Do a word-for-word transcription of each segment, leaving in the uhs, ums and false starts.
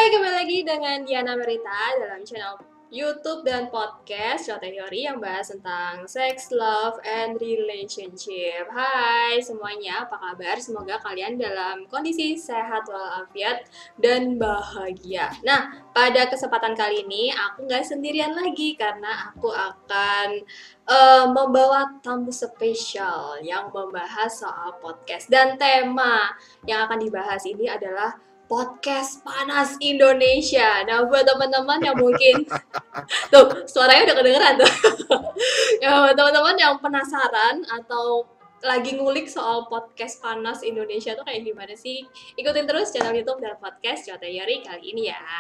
kembali lagi dengan Diana Merita dalam channel YouTube dan podcast Short Theory yang bahas tentang sex, love, and relationship. Hai semuanya, apa kabar? Semoga kalian dalam kondisi sehat walafiat dan bahagia. Nah, pada kesempatan kali ini aku nggak sendirian lagi karena aku akan uh, membawa tamu spesial yang membahas soal podcast. Dan tema yang akan dibahas ini adalah podcast panas Indonesia. Nah, buat teman-teman yang mungkin tuh suaranya udah kedengeran tuh. Ya, buat teman-teman yang penasaran atau lagi ngulik soal podcast panas Indonesia tuh kayak gimana sih? Ikutin terus channel YouTube dan podcast Short Theory kali ini ya.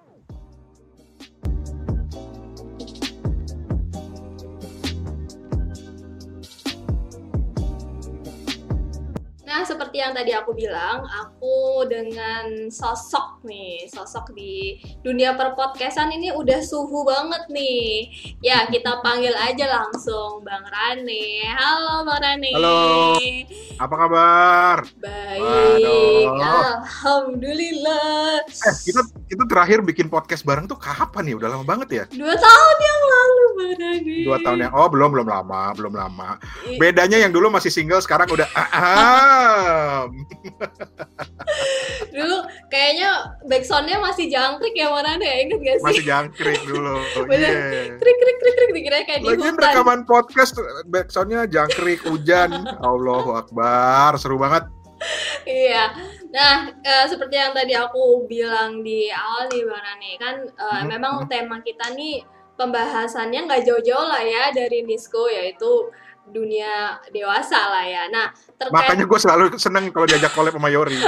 Nah, seperti yang tadi aku bilang, aku dengan sosok nih, sosok di dunia perpodcastan ini udah suhu banget nih. Ya, kita panggil aja langsung Bang Rane. Halo Bang Rane. Halo, apa kabar? Baik, Waduh. Alhamdulillah. Eh, kita kita terakhir bikin podcast bareng tuh kapan nih? Udah lama banget ya? Dua tahun yang lalu, Bang Rane. Dua tahun yang, oh belum belum lama, belum lama. Bedanya yang dulu masih single, sekarang udah ah. Dulu kayaknya backsoundnya masih jangkrik ya mana deh, inget gak sih? Masih jangkrik dulu. Bener, yeah. Krik krik krik krik dikira kayak di Lagian hutan. rekaman podcast backsoundnya jangkrik, hujan. Allahu Akbar, seru banget. Iya. Nah, uh, seperti yang tadi aku bilang di awal nih Bang Rane, kan uh, hmm. memang hmm. tema kita nih pembahasannya nggak jauh-jauh lah ya dari Nisko, yaitu dunia dewasa lah ya. Nah, terkait... makanya gue selalu seneng kalau diajak collab sama Yori.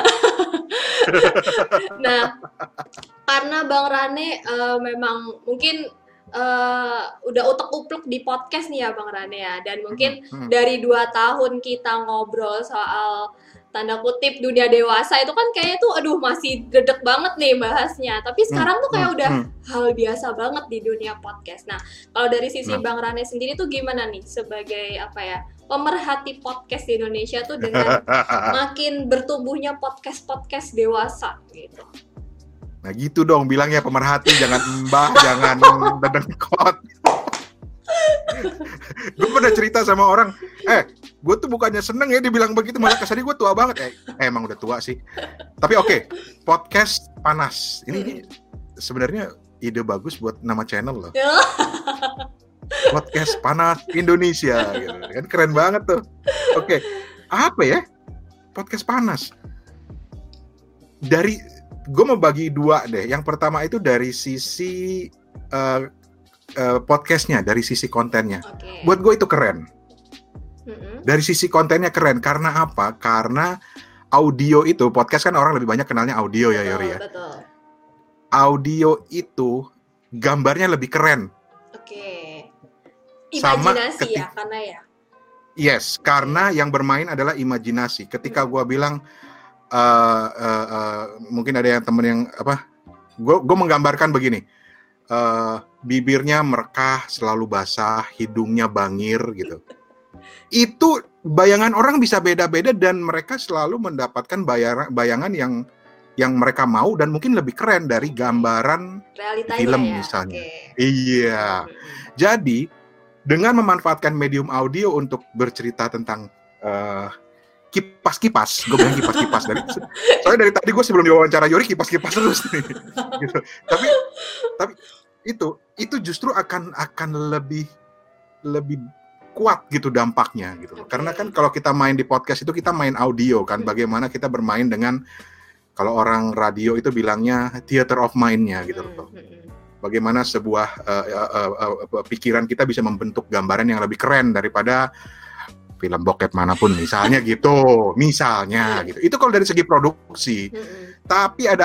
Nah, karena Bang Rane uh, memang mungkin uh, udah utek-uplek di podcast nih ya Bang Rane ya, dan mungkin hmm, hmm. dari dua tahun kita ngobrol soal tanda kutip dunia dewasa itu kan kayaknya tuh aduh masih gedek banget nih bahasnya, tapi sekarang tuh kayak udah hal biasa banget di dunia podcast. Nah, kalau dari sisi Bang Rane sendiri tuh gimana nih sebagai apa ya pemerhati podcast di Indonesia tuh dengan makin bertumbuhnya podcast-podcast dewasa gitu? Nah gitu dong bilangnya pemerhati, jangan mbah, jangan dedengkot. Gue pernah cerita sama orang, eh gue tuh bukannya seneng ya dibilang begitu, malah kesannya gue tua banget. Eh, eh emang udah tua sih. Tapi oke, okay, podcast panas. Ini, ini sebenarnya ide bagus buat nama channel loh. Podcast panas Indonesia gitu. Kan keren banget tuh. Oke, okay, apa ya? Podcast panas. Dari, gue mau bagi dua deh. Yang pertama itu dari sisi uh, Uh, podcastnya, dari sisi kontennya. Okay. Buat gue itu keren. Mm-hmm. Dari sisi kontennya keren. Karena apa? Karena audio itu, podcast kan orang lebih banyak kenalnya audio betul, ya Yori ya. Betul. Audio itu gambarnya lebih keren. Oke. Okay. Imajinasi ya, karena ya. Yes, karena yang bermain adalah imajinasi. Ketika mm-hmm. gue bilang, uh, uh, uh, mungkin ada yang temen yang apa? Gue gue menggambarkan begini. Uh, bibirnya merekah, selalu basah, hidungnya bangir gitu. Itu bayangan orang bisa beda-beda dan mereka selalu mendapatkan bayar, bayangan yang yang mereka mau dan mungkin lebih keren dari gambaran realitanya film ya? Misalnya. Okay. Iya. Jadi dengan memanfaatkan medium audio untuk bercerita tentang uh, kipas-kipas, gue bilang kipas-kipas dari soalnya dari tadi gue sebelum diwawancara Yori kipas-kipas terus nih. Gitu. Tapi tapi itu itu justru akan akan lebih lebih kuat gitu dampaknya gitu loh. Okay. Karena kan kalau kita main di podcast itu kita main audio kan, bagaimana kita bermain dengan kalau orang radio itu bilangnya theater of mind-nya gitu loh. Bagaimana sebuah uh, uh, uh, uh, pikiran kita bisa membentuk gambaran yang lebih keren daripada film bokep manapun misalnya gitu, misalnya gitu. Itu kalau dari segi produksi. Mm-hmm. Tapi ada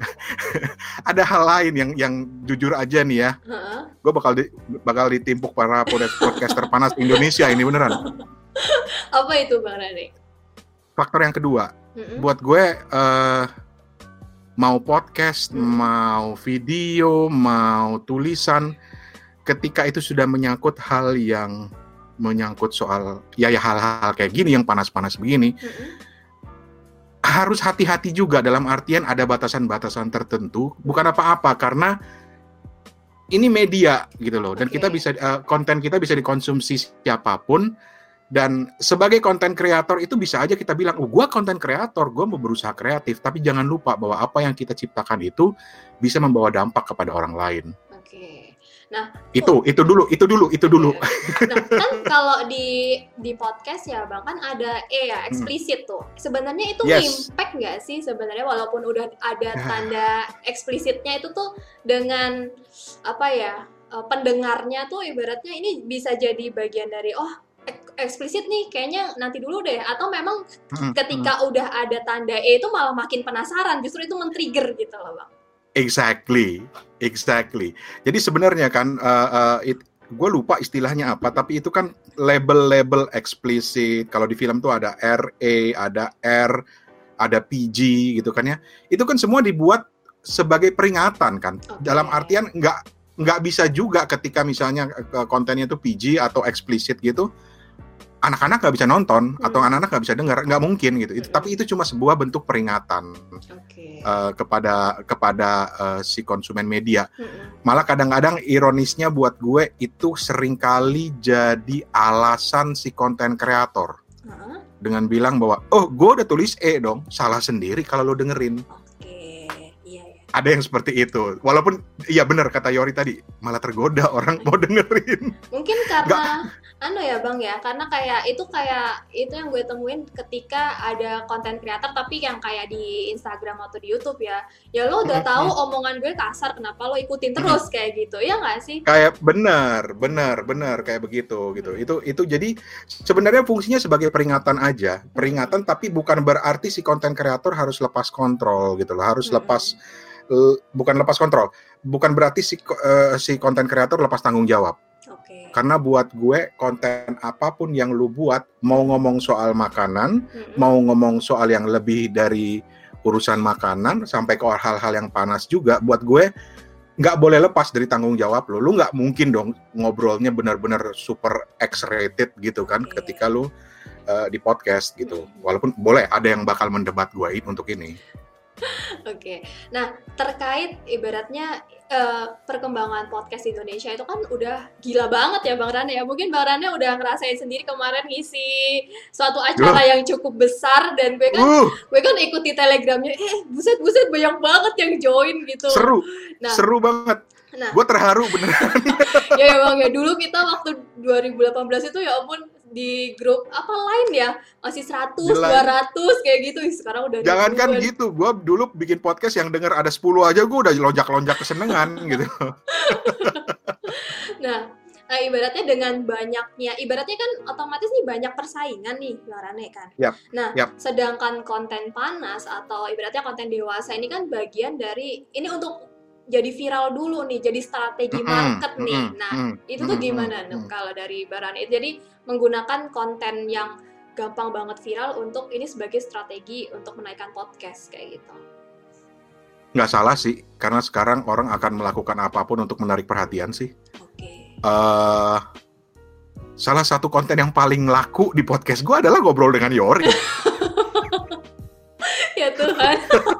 ada hal lain yang yang jujur aja nih ya. Uh-huh. Gue bakal di, bakal ditimpuk para podcaster panas Indonesia ini beneran. Apa itu Bang Rane? Faktor yang kedua, mm-hmm. buat gue uh, mau podcast, mm-hmm. mau video, mau tulisan, ketika itu sudah menyangkut hal yang menyangkut soal ya ya hal-hal kayak gini yang panas-panas begini, mm-hmm. harus hati-hati juga dalam artian ada batasan-batasan tertentu, bukan apa-apa karena ini media gitu loh, dan Oke. kita bisa uh, konten kita bisa dikonsumsi siapapun, dan sebagai konten kreator itu bisa aja kita bilang, oh gue konten kreator, gue mau berusaha kreatif, tapi jangan lupa bahwa apa yang kita ciptakan itu bisa membawa dampak kepada orang lain. Oke. Nah, Itu itu dulu, itu dulu, itu dulu. Nah, kan kalau di di podcast ya Bang, kan ada E ya, eksplisit tuh. Sebenarnya itu Yes. impact nggak sih sebenarnya, walaupun udah ada tanda eksplisitnya itu tuh dengan apa ya, eh, pendengarnya tuh ibaratnya ini bisa jadi bagian dari oh ek- eksplisit nih kayaknya nanti dulu deh, atau memang ketika udah ada tanda E itu malah makin penasaran, justru itu men-trigger gitu loh Bang. Exactly, exactly. Jadi sebenarnya kan, uh, uh, it, gue lupa istilahnya apa, tapi itu kan label-label eksplisit. Kalau di film tuh ada R A, ada R, ada P G gitu kan ya. Itu kan semua dibuat sebagai peringatan kan. Oke. Dalam artian nggak nggak bisa juga ketika misalnya uh, kontennya itu P G atau eksplisit gitu, anak-anak nggak bisa nonton atau Hmm. anak-anak nggak bisa dengar, nggak mungkin gitu. Itu, Hmm. tapi itu cuma sebuah bentuk peringatan Oke. uh, kepada kepada uh, si konsumen media. Mm-mm. Malah kadang-kadang ironisnya buat gue itu seringkali jadi alasan si konten kreator Heeh. dengan bilang bahwa oh gue udah tulis E dong, salah sendiri kalau lo dengerin. Oke, iya ya. Ada yang seperti itu. Walaupun iya benar kata Yori tadi, malah tergoda orang mau dengerin. Mungkin karena anu ya Bang ya, karena kayak itu kayak itu yang gue temuin ketika ada konten kreator tapi yang kayak di Instagram atau di YouTube ya. Ya lo udah tahu omongan gue kasar, kenapa lo ikutin terus kayak gitu. Ya nggak sih? Kayak benar, benar, benar kayak begitu gitu. Itu itu jadi sebenarnya fungsinya sebagai peringatan aja, peringatan tapi bukan berarti si konten kreator harus lepas kontrol gitu loh, harus Hmm. lepas uh, bukan lepas kontrol, bukan berarti si uh, si konten kreator lepas tanggung jawab. Oke. Karena buat gue konten apapun yang lu buat, mau ngomong soal makanan, Mm-mm. mau ngomong soal yang lebih dari urusan makanan sampai ke hal-hal yang panas juga, buat gue nggak boleh lepas dari tanggung jawab lo. Lu nggak mungkin dong ngobrolnya benar-benar super X-rated gitu kan Oke. ketika lu uh, di podcast gitu. Walaupun boleh ada yang bakal mendebat gue untuk ini. Oke, nah terkait ibaratnya eh, perkembangan podcast di Indonesia itu kan udah gila banget ya Bang Rane ya. Mungkin Bang Rane udah ngerasain sendiri kemarin ngisi suatu acara yang cukup besar, dan gue kan Uh, gue kan ikuti telegramnya, eh buset buset banyak banget yang join gitu. seru, Nah, seru banget. nah Gue terharu beneran. ya ya Bang ya, dulu kita waktu dua ribu delapan belas itu ya ampun di grup apa lain ya masih seratus, Di Line. dua ratus kayak gitu. Ih, sekarang udah Jangankan ribuan. gitu, gue dulu bikin podcast yang denger ada sepuluh aja gue udah lonjak-lonjak kesenengan gitu. Nah, nah, ibaratnya dengan banyaknya, ibaratnya kan otomatis nih banyak persaingan nih, Bang Rane kan. Yap, Nah, yap. sedangkan konten panas atau ibaratnya konten dewasa ini kan bagian dari ini untuk jadi viral dulu nih, jadi strategi Mm-mm, market nih. mm-mm, Nah, mm, itu tuh mm, gimana mm, nih mm. kalau dari Bang Rane? Jadi menggunakan konten yang gampang banget viral untuk ini sebagai strategi untuk menaikkan podcast kayak gitu. Nggak salah sih, karena sekarang orang akan melakukan apapun untuk menarik perhatian sih. Oke. Eh, salah satu konten yang paling laku di podcast gue adalah ngobrol dengan Yori. Ya Tuhan.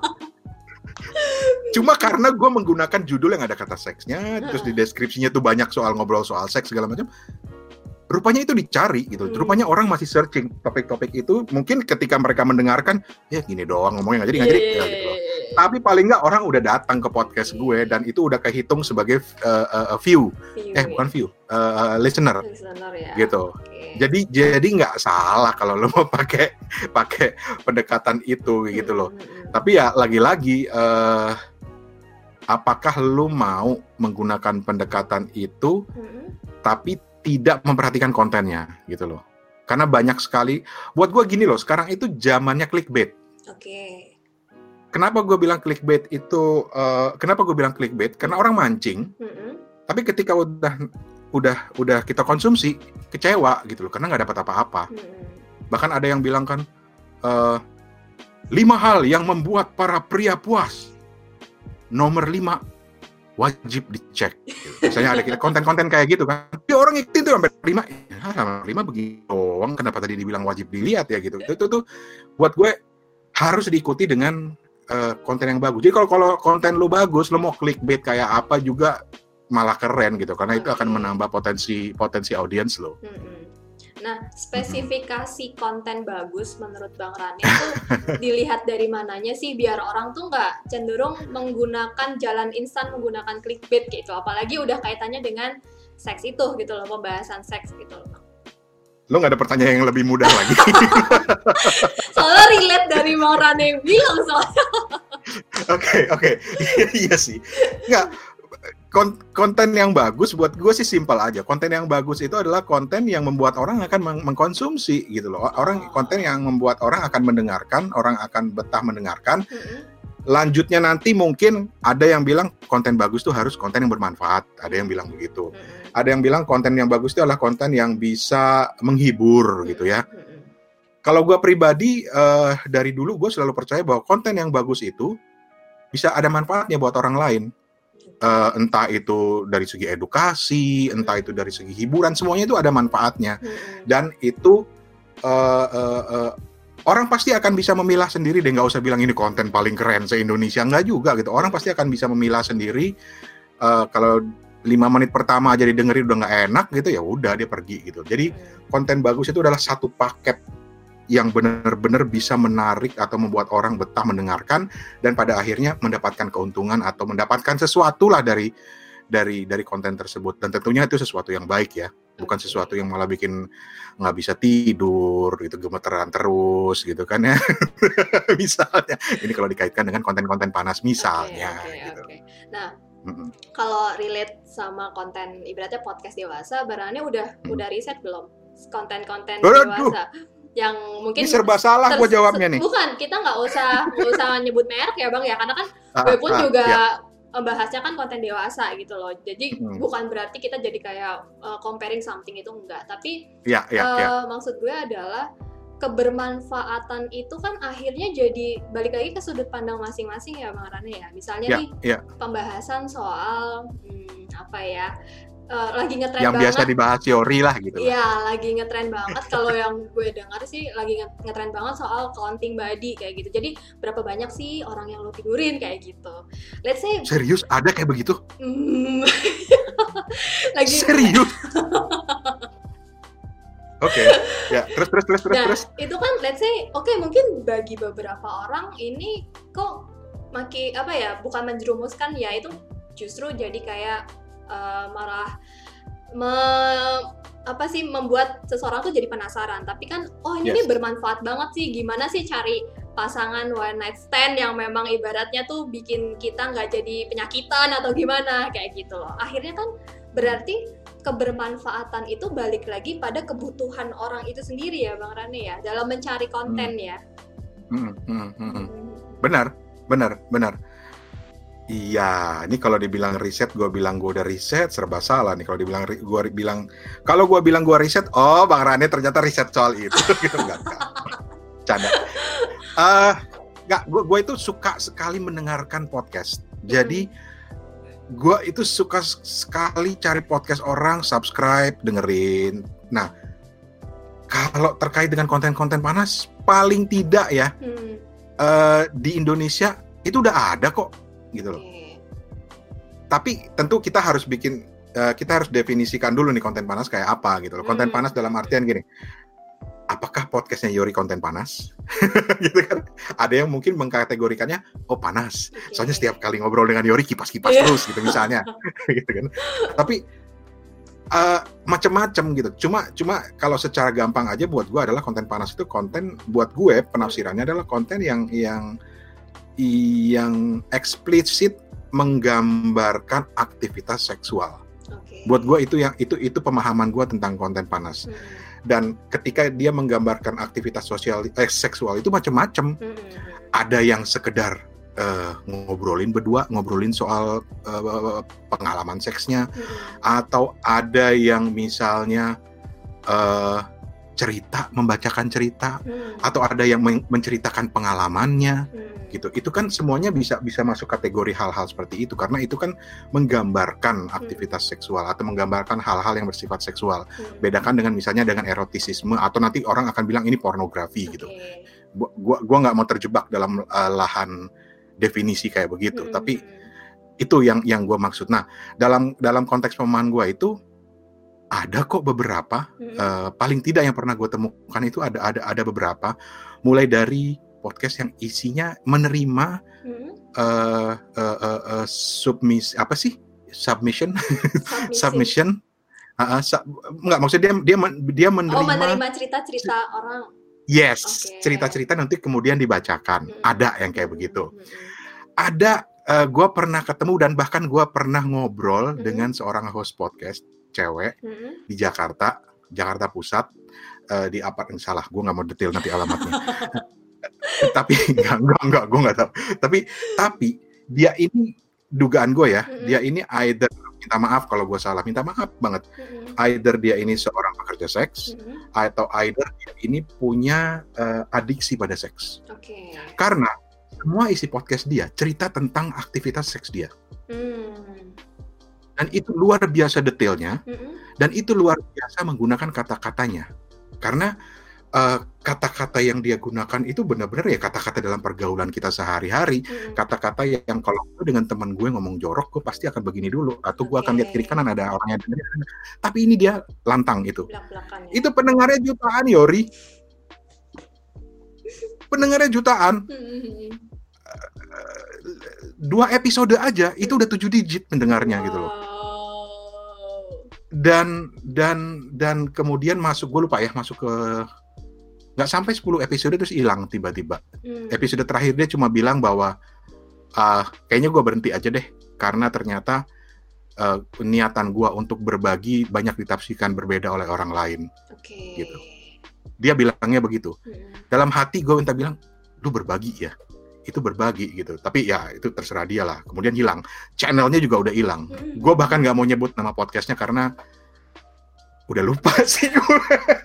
Cuma karena gue menggunakan judul yang ada kata seksnya, terus di deskripsinya tuh banyak soal ngobrol soal seks segala macam. Rupanya itu dicari gitu. Hmm. Rupanya orang masih searching topik-topik itu. Mungkin ketika mereka mendengarkan, ya gini doang ngomongnya nggak jadi nggak jadi. Ya, gitu loh. Tapi paling nggak orang udah datang ke podcast gue dan itu udah kehitung sebagai uh, uh, view. View, Eh bukan view, uh, listener. listener ya. Gitu. Oke. Jadi jadi nggak salah kalau lo mau pakai pakai pendekatan itu gitu loh. Hmm, hmm, hmm. Tapi ya lagi-lagi uh, apakah lo mau menggunakan pendekatan itu Hmm. tapi tidak memperhatikan kontennya gitu loh. Karena banyak sekali, buat gue gini loh, sekarang itu zamannya clickbait. Oke. Kenapa gue bilang clickbait itu, uh, kenapa gue bilang clickbait? Karena orang mancing, Hmm. tapi ketika udah udah udah kita konsumsi, kecewa gitu loh, karena nggak dapat apa-apa. Hmm. Bahkan ada yang bilang kan, uh, lima hal yang membuat para pria puas. Nomor lima, wajib dicek. Gitu. Misalnya ada kita konten-konten kayak gitu kan, ya orang ikutin tuh sampai lima, ya sampai lima begitu doang. Kenapa tadi dibilang wajib dilihat ya gitu? Itu tuh buat gue harus diikuti dengan uh, konten yang bagus. Jadi kalau kalau konten lu bagus, lu mau clickbait kayak apa juga malah keren gitu, karena okay. itu akan menambah potensi potensi audiens lo. Hmm. Nah, spesifikasi hmm. konten bagus menurut Bang Rane itu dilihat dari mananya sih biar orang tuh nggak cenderung menggunakan jalan instan menggunakan clickbait gitu, apalagi udah kaitannya dengan seks itu gitu loh, pembahasan seks gitu loh. Lo nggak ada pertanyaan yang lebih mudah lagi? Soalnya relate dari Bang Rane bilang soalnya. Oke oke, iya sih. Nggak. Konten yang bagus buat gue sih simpel aja. Konten yang bagus itu adalah konten yang membuat orang akan meng- mengkonsumsi gitu loh. Orang konten yang membuat orang akan mendengarkan, orang akan betah mendengarkan. Lanjutnya nanti mungkin ada yang bilang konten bagus tuh harus konten yang bermanfaat. Ada yang bilang begitu. Ada yang bilang konten yang bagus itu adalah konten yang bisa menghibur gitu ya. Kalau gue pribadi uh, dari dulu gue selalu percaya bahwa konten yang bagus itu bisa ada manfaatnya buat orang lain. Uh, entah itu dari segi edukasi, entah itu dari segi hiburan, semuanya itu ada manfaatnya. Dan itu uh, uh, uh, orang pasti akan bisa memilah sendiri deh, nggak usah bilang ini konten paling keren se-Indonesia, nggak juga gitu. Orang pasti akan bisa memilah sendiri. Uh, kalau lima menit pertama aja didengerin udah nggak enak gitu, ya udah dia pergi gitu. Jadi konten bagus itu adalah satu paket yang benar-benar bisa menarik atau membuat orang betah mendengarkan dan pada akhirnya mendapatkan keuntungan atau mendapatkan sesuatu lah dari dari dari konten tersebut, dan tentunya itu sesuatu yang baik ya, bukan sesuatu yang malah bikin nggak bisa tidur gitu, gemeteran terus gitu kan ya. Misalnya ini kalau dikaitkan dengan konten-konten panas misalnya. Okay, okay, gitu. Okay. Nah, mm-hmm. kalau relate sama konten ibaratnya podcast dewasa, barangnya udah mm. udah riset belum konten-konten Aduh. dewasa? Yang mungkin ini serba salah ter- gue jawabnya nih. Bukan, kita nggak usah nggak usah nyebut merek ya Bang ya, karena kan ah, gue pun ah, juga ya. Membahasnya kan konten dewasa gitu loh. Jadi hmm. bukan berarti kita jadi kayak uh, comparing something, itu enggak. Tapi ya, ya, uh, ya. maksud gue adalah kebermanfaatan itu kan akhirnya jadi balik lagi ke sudut pandang masing-masing ya Bang Rane ya. Misalnya ya, nih ya. pembahasan soal hmm, apa ya? Uh, lagi ngetren yang banget. Yang biasa dibahas teori lah gitu. Iya, lagi ngetren banget. Kalau yang gue dengar sih lagi ngetren banget soal counting body kayak gitu. Jadi berapa banyak sih orang yang lo tidurin kayak gitu. Let's say. Serius ada kayak begitu? Hmm, lagi. Serius? Oke, okay. ya terus terus terus terus nah, terus. Itu kan let's say, oke okay, mungkin bagi beberapa orang ini kok maki apa ya, bukan menjerumuskan ya, itu justru jadi kayak Uh, malah me, apa sih membuat seseorang tuh jadi penasaran. Tapi kan oh ini yes. nih bermanfaat banget sih, gimana sih cari pasangan one night stand yang memang ibaratnya tuh bikin kita nggak jadi penyakitan atau gimana kayak gitu loh. Akhirnya kan berarti kebermanfaatan itu balik lagi pada kebutuhan orang itu sendiri ya Bang Rane ya, dalam mencari konten hmm. ya. Hmm, hmm, hmm, hmm. Benar, benar, benar. Iya, ini kalau dibilang riset, gue bilang gue udah riset, serba salah nih. Kalau dibilang gue bilang, kalau gue bilang gue riset, oh Bang Rane ternyata riset soal itu, gitu enggak? Canda. Uh, enggak, gue gue itu suka sekali mendengarkan podcast. Jadi gue itu suka sekali cari podcast orang, subscribe, dengerin. Nah, kalau terkait dengan konten-konten panas, paling tidak ya hmm. uh, di Indonesia itu udah ada kok. Gitu loh. Okay. Tapi tentu kita harus bikin uh, kita harus definisikan dulu nih konten panas kayak apa gitu loh. Konten hmm. panas dalam artian gini. Apakah podcastnya Yori konten panas? Gitu kan. Ada yang mungkin mengkategorikannya oh panas. Okay. Soalnya setiap kali ngobrol dengan Yori kipas-kipas yeah. terus gitu misalnya. Gitu kan. Tapi uh, macam-macam gitu. Cuma cuma kalau secara gampang aja buat gue adalah konten panas itu konten buat gue penafsirannya adalah konten yang yang yang eksplisit menggambarkan aktivitas seksual. Okay. Buat gue itu yang itu itu pemahaman gue tentang konten panas. Hmm. Dan ketika dia menggambarkan aktivitas sosial eh, seksual itu macam-macam. Hmm. Ada yang sekedar uh, ngobrolin berdua, ngobrolin soal uh, pengalaman seksnya, hmm. atau ada yang misalnya uh, cerita, membacakan cerita, hmm. atau ada yang men- menceritakan pengalamannya. Hmm. Gitu. Itu kan semuanya bisa bisa masuk kategori hal-hal seperti itu karena itu kan menggambarkan aktivitas hmm. seksual atau menggambarkan hal-hal yang bersifat seksual. Hmm. Bedakan dengan misalnya dengan erotisisme atau nanti orang akan bilang ini pornografi okay. gitu. Gua gua nggak mau terjebak dalam uh, lahan definisi kayak begitu. Hmm. Tapi itu yang yang gue maksud. Nah, dalam dalam konteks pemahaman gue itu ada kok beberapa. Hmm. Uh, paling tidak yang pernah gue temukan itu ada ada ada beberapa. Mulai dari podcast yang isinya menerima hmm. uh, uh, uh, uh, submis apa sih submission submission. Uh, uh, su- nggak maksudnya dia dia dia menerima. Oh, menerima cerita-cerita orang. Yes, okay. cerita-cerita nanti kemudian dibacakan. Hmm. Ada yang kayak hmm. begitu. Hmm. Ada, uh, gue pernah ketemu dan bahkan gue pernah ngobrol hmm. dengan seorang host podcast cewek hmm. di Jakarta, Jakarta Pusat, uh, di apa? Salah, gue nggak mau detail nanti alamatnya. Tapi enggak, enggak, enggak, gue nggak tahu. Tapi, tapi dia ini dugaan gue ya, hmm. dia ini either minta maaf kalau gue salah, minta maaf banget. Hmm. Either dia ini seorang pekerja seks, hmm. atau either dia ini punya uh, adiksi pada seks. Okay. Karena semua isi podcast dia cerita tentang aktivitas seks dia. Hmm. Dan itu luar biasa detailnya, hmm. dan itu luar biasa menggunakan kata-katanya. Karena uh, kata-kata yang dia gunakan itu benar-benar ya kata-kata dalam pergaulan kita sehari-hari. Hmm. Kata-kata yang kalau gue dengan teman gue ngomong jorok, gue pasti akan begini dulu. Atau gue okay. akan lihat kiri kanan ada orang yang dengerin. Tapi ini dia lantang itu. Belak-belakan, ya? Itu pendengarnya jutaan, Yori. Pendengarnya jutaan. Hmm. Dua episode aja itu udah tujuh digit pendengarnya. Wow. Gitu loh. Dan dan dan kemudian masuk, gue lupa ya, masuk ke nggak sampai sepuluh episode terus hilang tiba-tiba. Hmm. Episode terakhir dia cuma bilang bahwa uh, kayaknya gue berhenti aja deh karena ternyata uh, niatan gue untuk berbagi banyak ditafsirkan berbeda oleh orang lain. Okay. Gitu. Dia bilangnya begitu. Hmm. Dalam hati gue minta bilang, lu berbagi ya, itu berbagi gitu. Tapi ya itu terserah dia lah. Kemudian hilang. Channelnya juga udah hilang. Hmm. Gue bahkan nggak mau nyebut nama podcastnya karena udah lupa sih gue.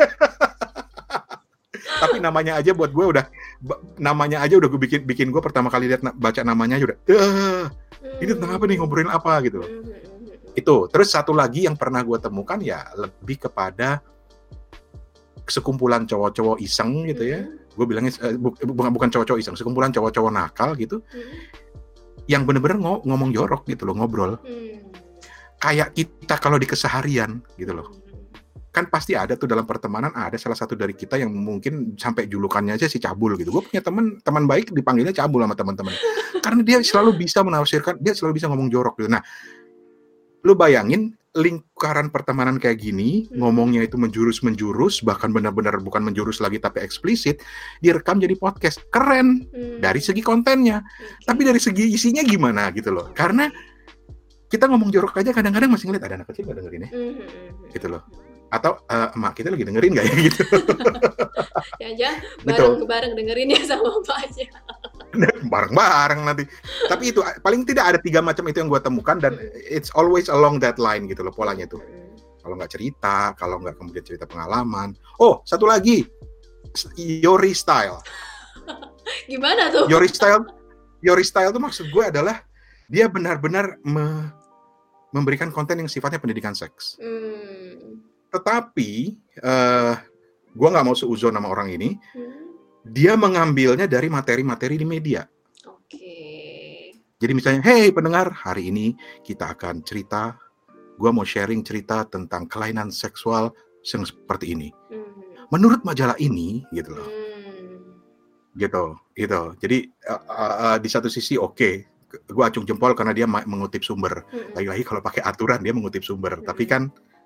Tapi namanya aja buat gue udah, namanya aja udah gue bikin bikin gue pertama kali lihat baca namanya aja udah, eh, ini tentang apa nih, ngobrolin apa gitu loh. Hmm. Itu. Terus satu lagi yang pernah gue temukan ya lebih kepada sekumpulan cowok-cowok iseng gitu ya. Mm-hmm. Gue bilangnya uh, bu- bukan bukan cowok-cowok iseng, sekumpulan cowok-cowok nakal gitu. Mm-hmm. Yang bener-bener ng- ngomong jorok gitu loh, ngobrol. Mm-hmm. Kayak kita kalau di keseharian gitu loh. Mm-hmm. Kan pasti ada tuh dalam pertemanan ada salah satu dari kita yang mungkin sampai julukannya aja si cabul gitu. Gue punya teman teman baik dipanggilnya cabul sama teman-teman. Karena dia selalu bisa menafsirkan, dia selalu bisa ngomong jorok gitu. Nah, lu bayangin lingkaran pertemanan kayak gini, hmm. ngomongnya itu menjurus-menjurus, bahkan benar-benar bukan menjurus lagi tapi eksplisit, direkam jadi podcast. Keren hmm. dari segi kontennya. Okay. Tapi dari segi isinya gimana gitu loh. Karena kita ngomong jorok aja kadang-kadang masih ngeliat ada anak kecil gak dengerin ya. Hmm. Gitu loh. Atau uh, emak kita lagi dengerin gak ya gitu. Ya aja bareng-bareng dengerin ya sama emaknya. Bareng-bareng nanti. Tapi itu paling tidak ada tiga macam itu yang gue temukan dan it's always along that line gitu loh polanya tuh. Kalau nggak cerita, kalau nggak kemudian cerita pengalaman. Oh, satu lagi, Yori style. Gimana tuh? Yori style, Yori style tuh maksud gue adalah dia benar-benar me- memberikan konten yang sifatnya pendidikan seks. Hmm. Tetapi uh, gue nggak mau seuzon sama orang ini. Hmm. Dia mengambilnya dari materi-materi di media. Oke. Okay. Jadi misalnya, hey pendengar, hari ini kita akan cerita, gue mau sharing cerita tentang kelainan seksual yang seperti ini. Mm. Menurut majalah ini, gitu loh. Mm. Gitu, gitu. Jadi uh, uh, uh, di satu sisi oke, okay, gue acung jempol karena dia ma- mengutip sumber. Mm. Lagi-lagi kalau pakai aturan dia mengutip sumber. Mm. Tapi kan,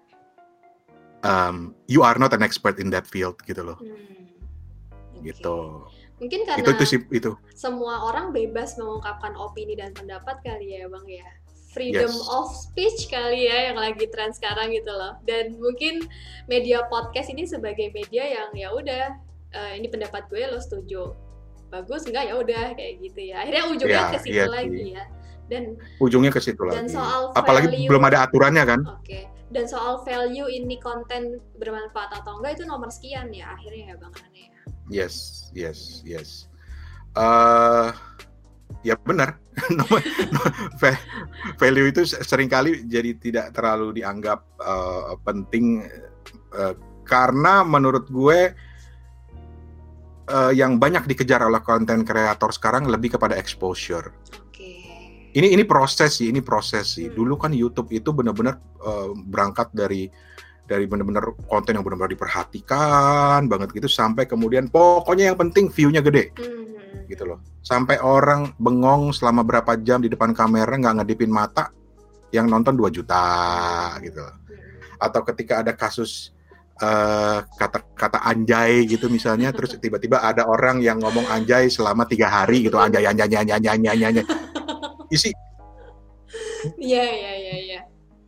um, you are not an expert in that field, gitu loh. Mm. Gitu. Mungkin karena itu, itu, itu. semua orang bebas mengungkapkan opini dan pendapat kali ya Bang ya. Freedom yes. of speech kali ya yang lagi tren sekarang gitu loh. Dan mungkin media podcast ini sebagai media yang ya udah uh, ini pendapat gue, lo setuju. Bagus enggak ya udah kayak gitu ya. Akhirnya ujungnya ya, ke situ iya, lagi ya. Dan ujungnya ke situ lagi. Dan soal apalagi value, belum ada aturannya kan. Oke. Okay. Dan soal value ini konten bermanfaat atau enggak itu nomor sekian ya akhirnya ya Bang Ane ya. Yes, yes, yes. Uh, ya benar. Value itu seringkali jadi tidak terlalu dianggap uh, penting uh, karena menurut gue uh, yang banyak dikejar oleh konten kreator sekarang lebih kepada exposure. Oke. Ini ini proses sih, ini proses sih. Hmm. Dulu kan YouTube itu benar-benar uh, berangkat dari dari benar-benar konten yang benar-benar diperhatikan banget gitu, sampai kemudian pokoknya yang penting view-nya gede. Hmm. Gitu loh. Sampai orang bengong selama berapa jam di depan kamera nggak ngedipin mata, yang nonton dua juta gitu. Atau ketika ada kasus uh, kata-kata anjay gitu misalnya, terus tiba-tiba ada orang yang ngomong anjay selama tiga hari gitu, anjay anjay anjay anjay anjay anjay. Isi. Iya iya iya iya.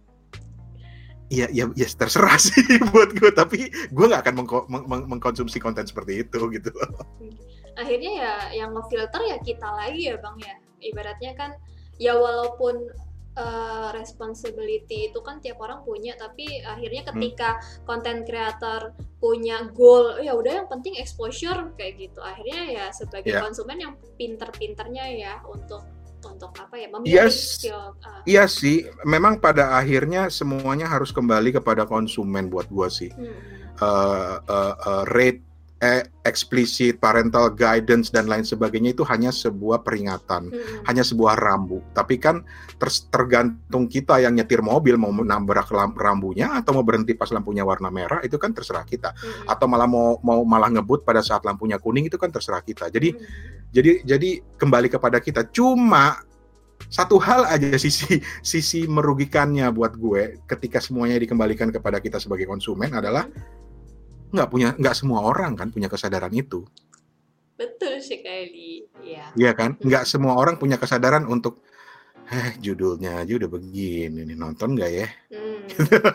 Iya, ya, ya terserah sih buat gue, tapi gue nggak akan mengko- meng- meng- mengkonsumsi konten seperti itu gitu. Akhirnya ya yang ngefilter ya kita lagi ya Bang ya. Ibaratnya kan ya walaupun uh, responsibility itu kan tiap orang punya, tapi akhirnya ketika konten hmm. creator punya goal, ya udah yang penting exposure kayak gitu. Akhirnya ya sebagai yeah. konsumen yang pinter-pinternya ya untuk untuk apa ya memilih yes, skill. Uh. Iya sih, memang pada akhirnya semuanya harus kembali kepada konsumen buat gua sih. Hmm. Uh, uh, uh, rate, eh, explicit, parental guidance dan lain sebagainya itu hanya sebuah peringatan, hmm. hanya sebuah rambu. Tapi kan ter- tergantung kita yang nyetir mobil mau menabrak rambunya atau mau berhenti pas lampunya warna merah, itu kan terserah kita. Hmm. Atau malah mau mau malah ngebut pada saat lampunya kuning, itu kan terserah kita. Jadi hmm. Jadi jadi kembali kepada kita. Cuma satu hal aja sisi sisi merugikannya buat gue ketika semuanya dikembalikan kepada kita sebagai konsumen adalah nggak punya nggak semua orang kan punya kesadaran itu. Betul sekali. Iya. Iya kan? Nggak semua orang punya kesadaran untuk eh judulnya aja udah begini nih, nonton nggak ya? Hmm.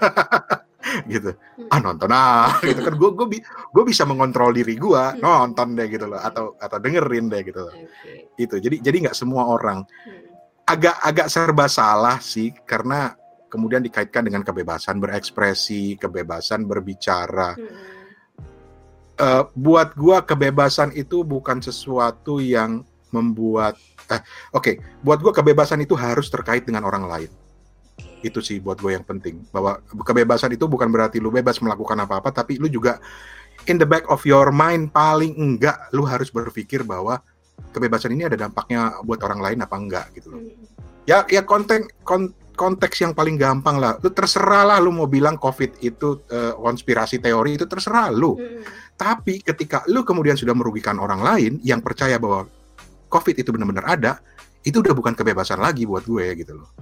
gitu. Ah nonton ah gitu kan, gue gue gue bisa mengontrol diri gue, nonton deh gitu loh, atau atau dengerin deh gitu loh. Okay. Itu jadi jadi nggak semua orang. agak agak serba salah sih, karena kemudian dikaitkan dengan kebebasan berekspresi, kebebasan berbicara. Hmm. Uh, buat gue kebebasan itu bukan sesuatu yang membuat eh oke okay, buat gue kebebasan itu harus terkait dengan orang lain. Itu sih buat gue yang penting, bahwa kebebasan itu bukan berarti lu bebas melakukan apa-apa, tapi lu juga in the back of your mind paling enggak lu harus berpikir bahwa kebebasan ini ada dampaknya buat orang lain apa enggak gitu loh. Ya ya konten kon, konteks yang paling gampang lah, lu terserah lah lu mau bilang COVID itu uh, konspirasi teori, itu terserah lu. Hmm. Tapi ketika lu kemudian sudah merugikan orang lain yang percaya bahwa COVID itu benar-benar ada, itu udah bukan kebebasan lagi buat gue gitu loh.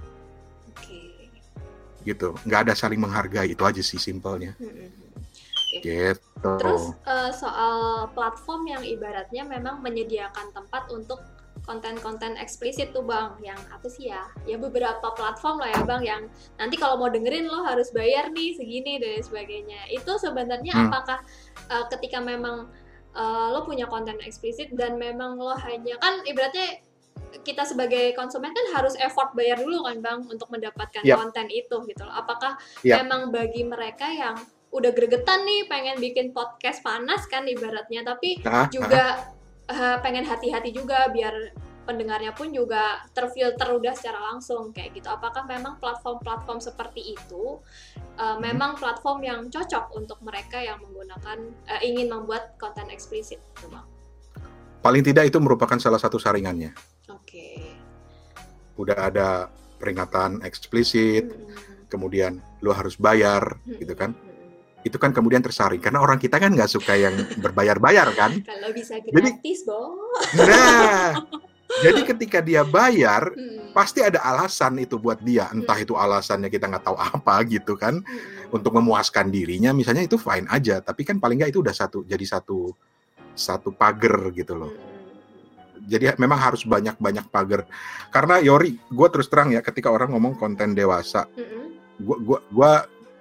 Gitu, nggak ada saling menghargai, itu aja sih simpelnya. Hmm. Okay. Gitu. Terus uh, soal platform yang ibaratnya memang menyediakan tempat untuk konten-konten eksplisit tuh Bang, yang apa sih ya? Ya beberapa platform lah ya Bang, yang nanti kalau mau dengerin lo harus bayar nih segini dan sebagainya. Itu sebenarnya hmm. apakah uh, ketika memang uh, lo punya konten eksplisit dan memang lo hanya kan ibaratnya kita sebagai konsumen kan harus effort bayar dulu kan Bang untuk mendapatkan yep. konten itu gitu loh. Apakah yep. memang bagi mereka yang udah gregetan nih pengen bikin podcast panas kan ibaratnya, tapi ah, juga ah. Uh, pengen hati-hati juga biar pendengarnya pun juga terfilter udah secara langsung kayak gitu. Apakah memang platform-platform seperti itu uh, hmm. memang platform yang cocok untuk mereka yang menggunakan uh, ingin membuat konten eksplisit gitu Bang? Paling tidak itu merupakan salah satu saringannya. Oke. Okay. Udah ada peringatan eksplisit, hmm. kemudian lu harus bayar, hmm. gitu kan? Hmm. Itu kan kemudian tersaring karena orang kita kan nggak suka yang berbayar-bayar kan? Kalau bisa gratis, Bo. Nah, jadi ketika dia bayar, hmm. pasti ada alasan itu buat dia. Entah hmm. itu alasannya kita nggak tahu apa gitu kan, hmm. untuk memuaskan dirinya, misalnya itu fine aja. Tapi kan paling nggak itu udah satu, jadi satu satu pagar gitu loh. Hmm. Jadi memang harus banyak-banyak pagar. Karena Yori, gue terus terang ya, ketika orang ngomong konten dewasa, gue gue gue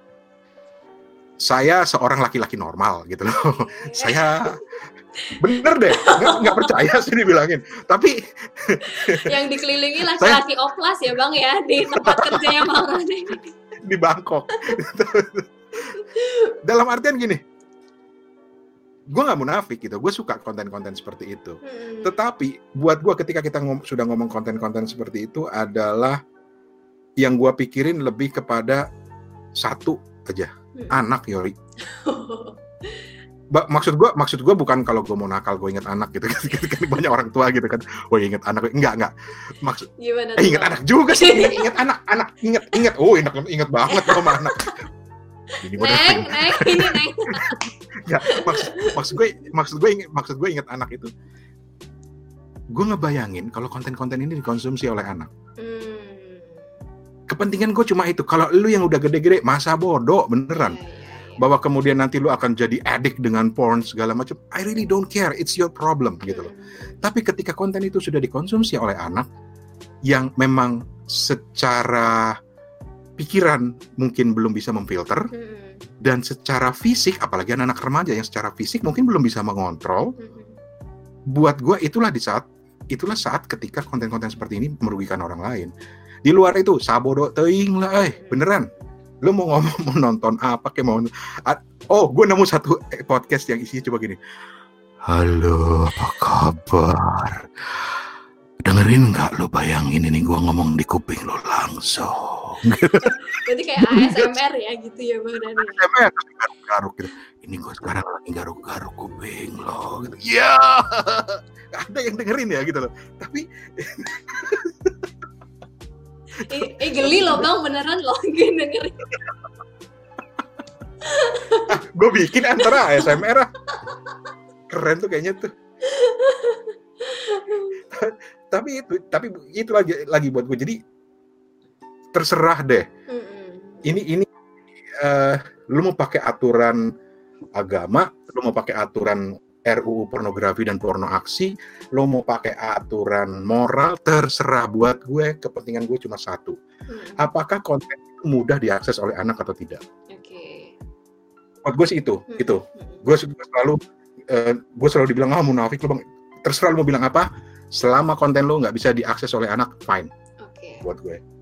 saya seorang laki-laki normal gitu loh. Saya bener deh, nggak nggak percaya sih dibilangin. Tapi yang dikelilingi laki-laki saya, oplas ya Bang ya di tempat kerjanya Bang Rani di Bangkok. Dalam artian gini, gue nggak munafik gitu, gue suka konten-konten seperti itu. Hmm. Tetapi buat gue ketika kita ngom- sudah ngomong konten-konten seperti itu adalah yang gue pikirin lebih kepada satu aja, hmm. anak Yori. ba- maksud gue maksud gue bukan kalau gue mau nakal gue inget anak gitu kan banyak orang tua gitu kan, oh inget anak, enggak enggak maksud Gimana eh, tuh? inget anak juga sih, inget, inget anak anak inget inget oh inget inget banget sama anak. Ini Neng, neng, ini neng. ya, maksud maksud gue maksud gue inget maksud gue inget anak itu, gue ngebayangin kalau konten-konten ini dikonsumsi oleh anak. Hmm. Kepentingan gue cuma itu. Kalau lu yang udah gede-gede, masa bodoh beneran. Ya, ya, ya. Bahwa kemudian nanti lu akan jadi addict dengan porn segala macam. I really don't care. It's your problem gitu loh. Hmm. Tapi ketika konten itu sudah dikonsumsi oleh anak yang memang secara pikiran mungkin belum bisa memfilter, Hmm. dan secara fisik, apalagi anak-anak remaja yang secara fisik mungkin belum bisa mengontrol, Hmm. buat gue itulah di saat itulah saat ketika konten-konten seperti ini merugikan orang lain. Di luar itu sabodo teuing lah, eh beneran. Lu mau ngomong mau nonton apa kayak mau a- oh, gue nemu satu podcast yang isinya coba gini. Halo, apa kabar? Dengerin nggak, lu bayangin ini gue ngomong di kuping lu langsung. Berarti kayak A S M R ya gitu ya Bang Dani. A S M R garuk-garuk gitu. Ini gue sekarang lagi garuk-garuk kuping lo gitu. Ya, ada yang dengerin ya gitu loh. Tapi Eh, eh geli loh Bang, beneran loh gini dengerin. gue bikin antara A S M R. Keren tuh kayaknya tuh. tapi itu tapi itu lagi lagi buat gue, jadi terserah deh. Mm-mm. Ini ini uh, lu mau pakai aturan agama, lu mau pakai aturan R U U pornografi dan porno aksi, lu mau pakai aturan moral, terserah. Buat gue kepentingan gue cuma satu. Mm. Apakah konten itu mudah diakses oleh anak atau tidak? Oke. Buat gue sih itu, Mm-mm. itu. Mm-mm. Gue selalu uh, gue selalu dibilang ah munafik lu Bang. Terserah lu mau bilang apa, selama konten lu nggak bisa diakses oleh anak, fine Oke. buat gue.